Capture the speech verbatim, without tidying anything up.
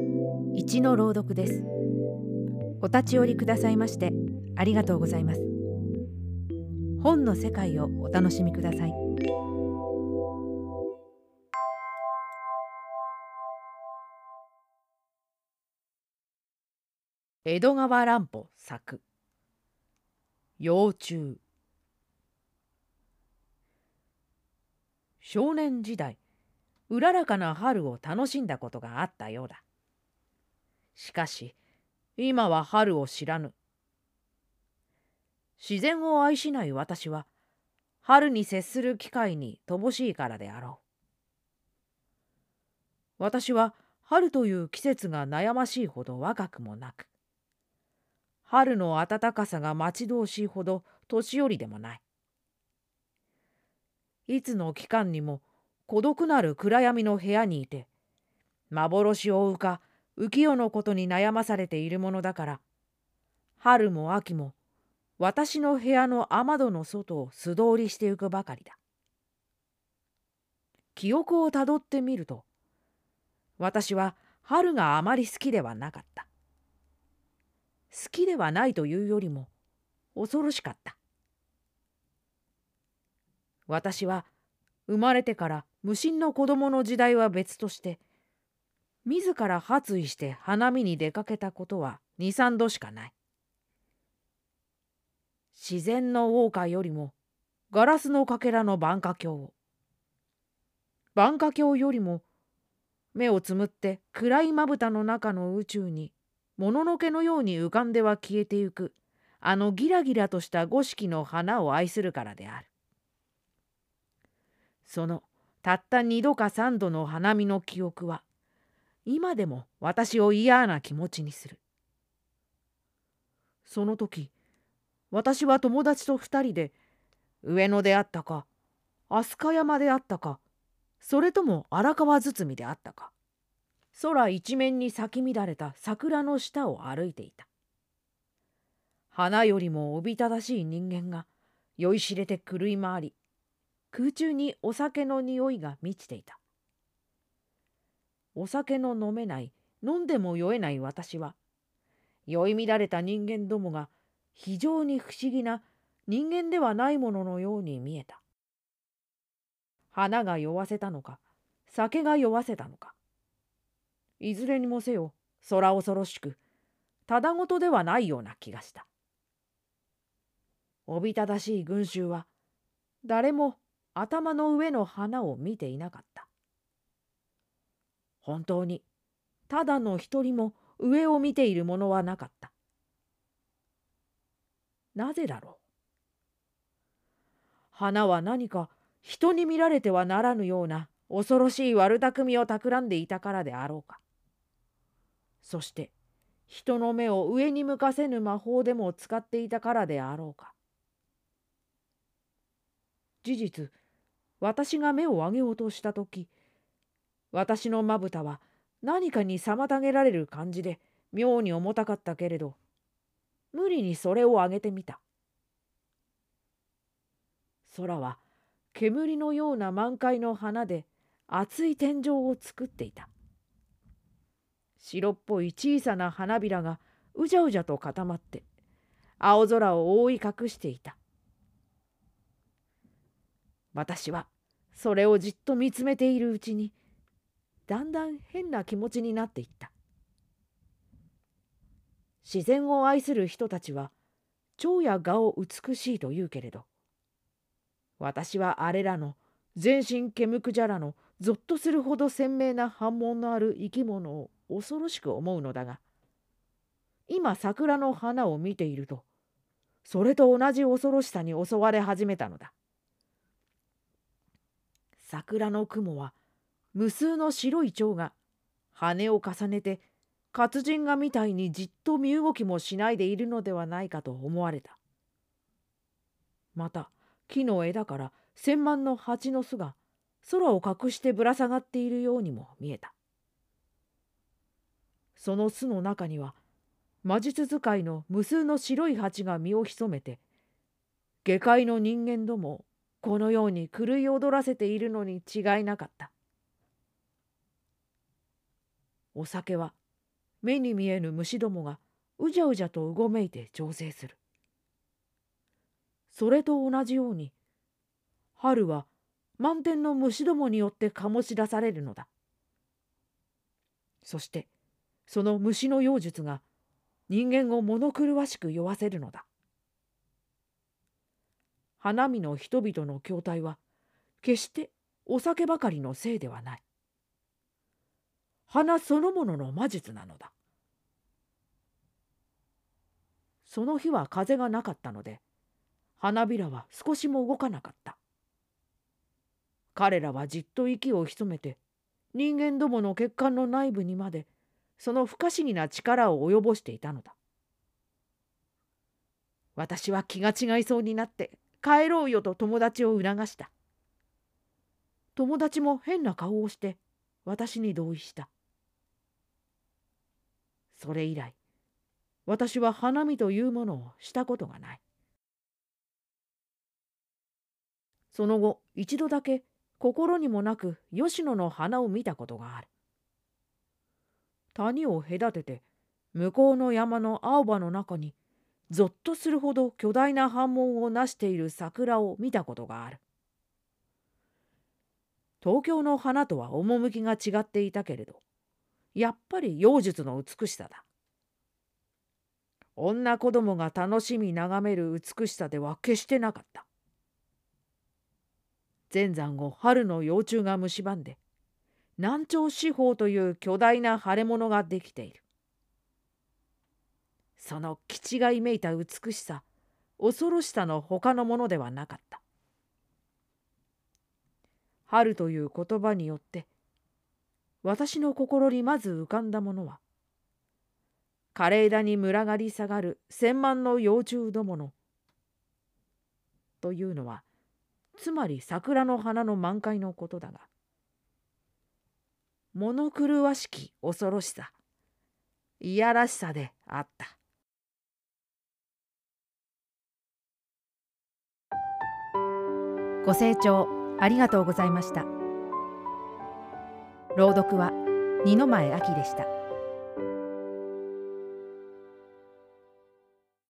一の朗読です。お立ち寄りくださいましてありがとうございます。本の世界をお楽しみください。江戸川乱歩作幼虫。少年時代、うららかな春を楽しんだことがあったようだ。しかし今は春を知らぬ。自然を愛しない私は春に接する機会に乏しいからであろう。私は春という季節が悩ましいほど若くもなく、春の暖かさが待ち遠しいほど年寄りでもない。いつの期間にも孤独なる暗闇の部屋にいて、幻を追うか浮世のことに悩まされているものだから、春も秋も私の部屋の雨戸の外を素通りしてゆくばかりだ。記憶をたどってみると、私は春があまり好きではなかった。好きではないというよりも恐ろしかった。私は生まれてから無心の子供の時代は別として、自ら発意して花見に出かけたことは二三度しかない。自然の謳歌よりもガラスのかけらの万華鏡を、万華鏡よりも目をつむって暗いまぶたの中の宇宙にもののけのように浮かんでは消えてゆくあのギラギラとした五色の花を愛するからである。そのたった二度か三度の花見の記憶は今でも私を嫌な気持ちにする。その時、私は友達と二人で上野であったか飛鳥山であったか、それとも荒川堤であったか、空一面に咲き乱れた桜の下を歩いていた。花よりもおびただしい人間が酔いしれて狂い回り、空中にお酒の匂いが満ちていた。お酒の飲めない、飲んでも酔えない私は、酔い乱れた人間どもが非常に不思議な人間ではないもののように見えた。花が酔わせたのか、酒が酔わせたのか。いずれにもせよ、空恐ろしく、ただごとではないような気がした。おびただしい群衆は、誰も頭の上の花を見ていなかった。本当に、ただの一人も上を見ているものはなかった。なぜだろう。花は何か人に見られてはならぬような恐ろしい悪巧みを企んでいたからであろうか。そして人の目を上に向かせぬ魔法でも使っていたからであろうか。事実、私が目を上げようとしたとき、私のまぶたは何かに妨げられる感じで妙に重たかったけれど、無理にそれを上げてみた。空は煙のような満開の花で厚い天井を作っていた。白っぽい小さな花びらがうじゃうじゃと固まって青空を覆い隠していた。私はそれをじっと見つめているうちにだんだん変な気持ちになっていった。自然を愛する人たちは蝶や蛾を美しいと言うけれど、私はあれらの全身毛むくじゃらのぞっとするほど鮮明な反紋のある生き物を恐ろしく思うのだが、今桜の花を見ているとそれと同じ恐ろしさに襲われ始めたのだ。桜の雲は無数の白い蝶が羽を重ねて活人画みたいにじっと身動きもしないでいるのではないかと思われた。また木の枝から千万の蜂の巣が空を隠してぶら下がっているようにも見えた。その巣の中には魔術使いの無数の白い蜂が身を潜めて、下界の人間どもをこのように狂い踊らせているのに違いなかった。お酒は目に見えぬ虫どもがうじゃうじゃとうごめいて調整する。それと同じように、春は満天の虫どもによって醸し出されるのだ。そしてその虫の妖術が人間を物狂わしく酔わせるのだ。花見の人々の筐体は決してお酒ばかりのせいではない。花そのものの魔術なのだ。その日は風がなかったので、花びらは少しも動かなかった。彼らはじっと息を潜めて、人間どもの血管の内部にまでその不可思議な力を及ぼしていたのだ。私は気が違いそうになって帰ろうよと友達を促した。友達も変な顔をして私に同意した。それ以来、私は花見というものをしたことがない。その後、一度だけ心にもなく吉野の花を見たことがある。谷を隔てて向こうの山の青葉の中にぞっとするほど巨大な斑紋をなしている桜を見たことがある。東京の花とは趣が違っていたけれど、やっぱり妖術の美しさだ。女子供が楽しみ眺める美しさでは決してなかった。全山を春の幼虫が蝕んで、南朝四方という巨大な腫れ物ができている。その気違いめいた美しさ、恐ろしさの他のものではなかった。春という言葉によって、私の心にまず浮かんだものは、枯れ枝に群がり下がる千万の幼虫どもの、というのは、つまり桜の花の満開のことだが、物狂わしき恐ろしさ、いやらしさであった。 ご清聴ありがとうございました。朗読は二の前あきでした。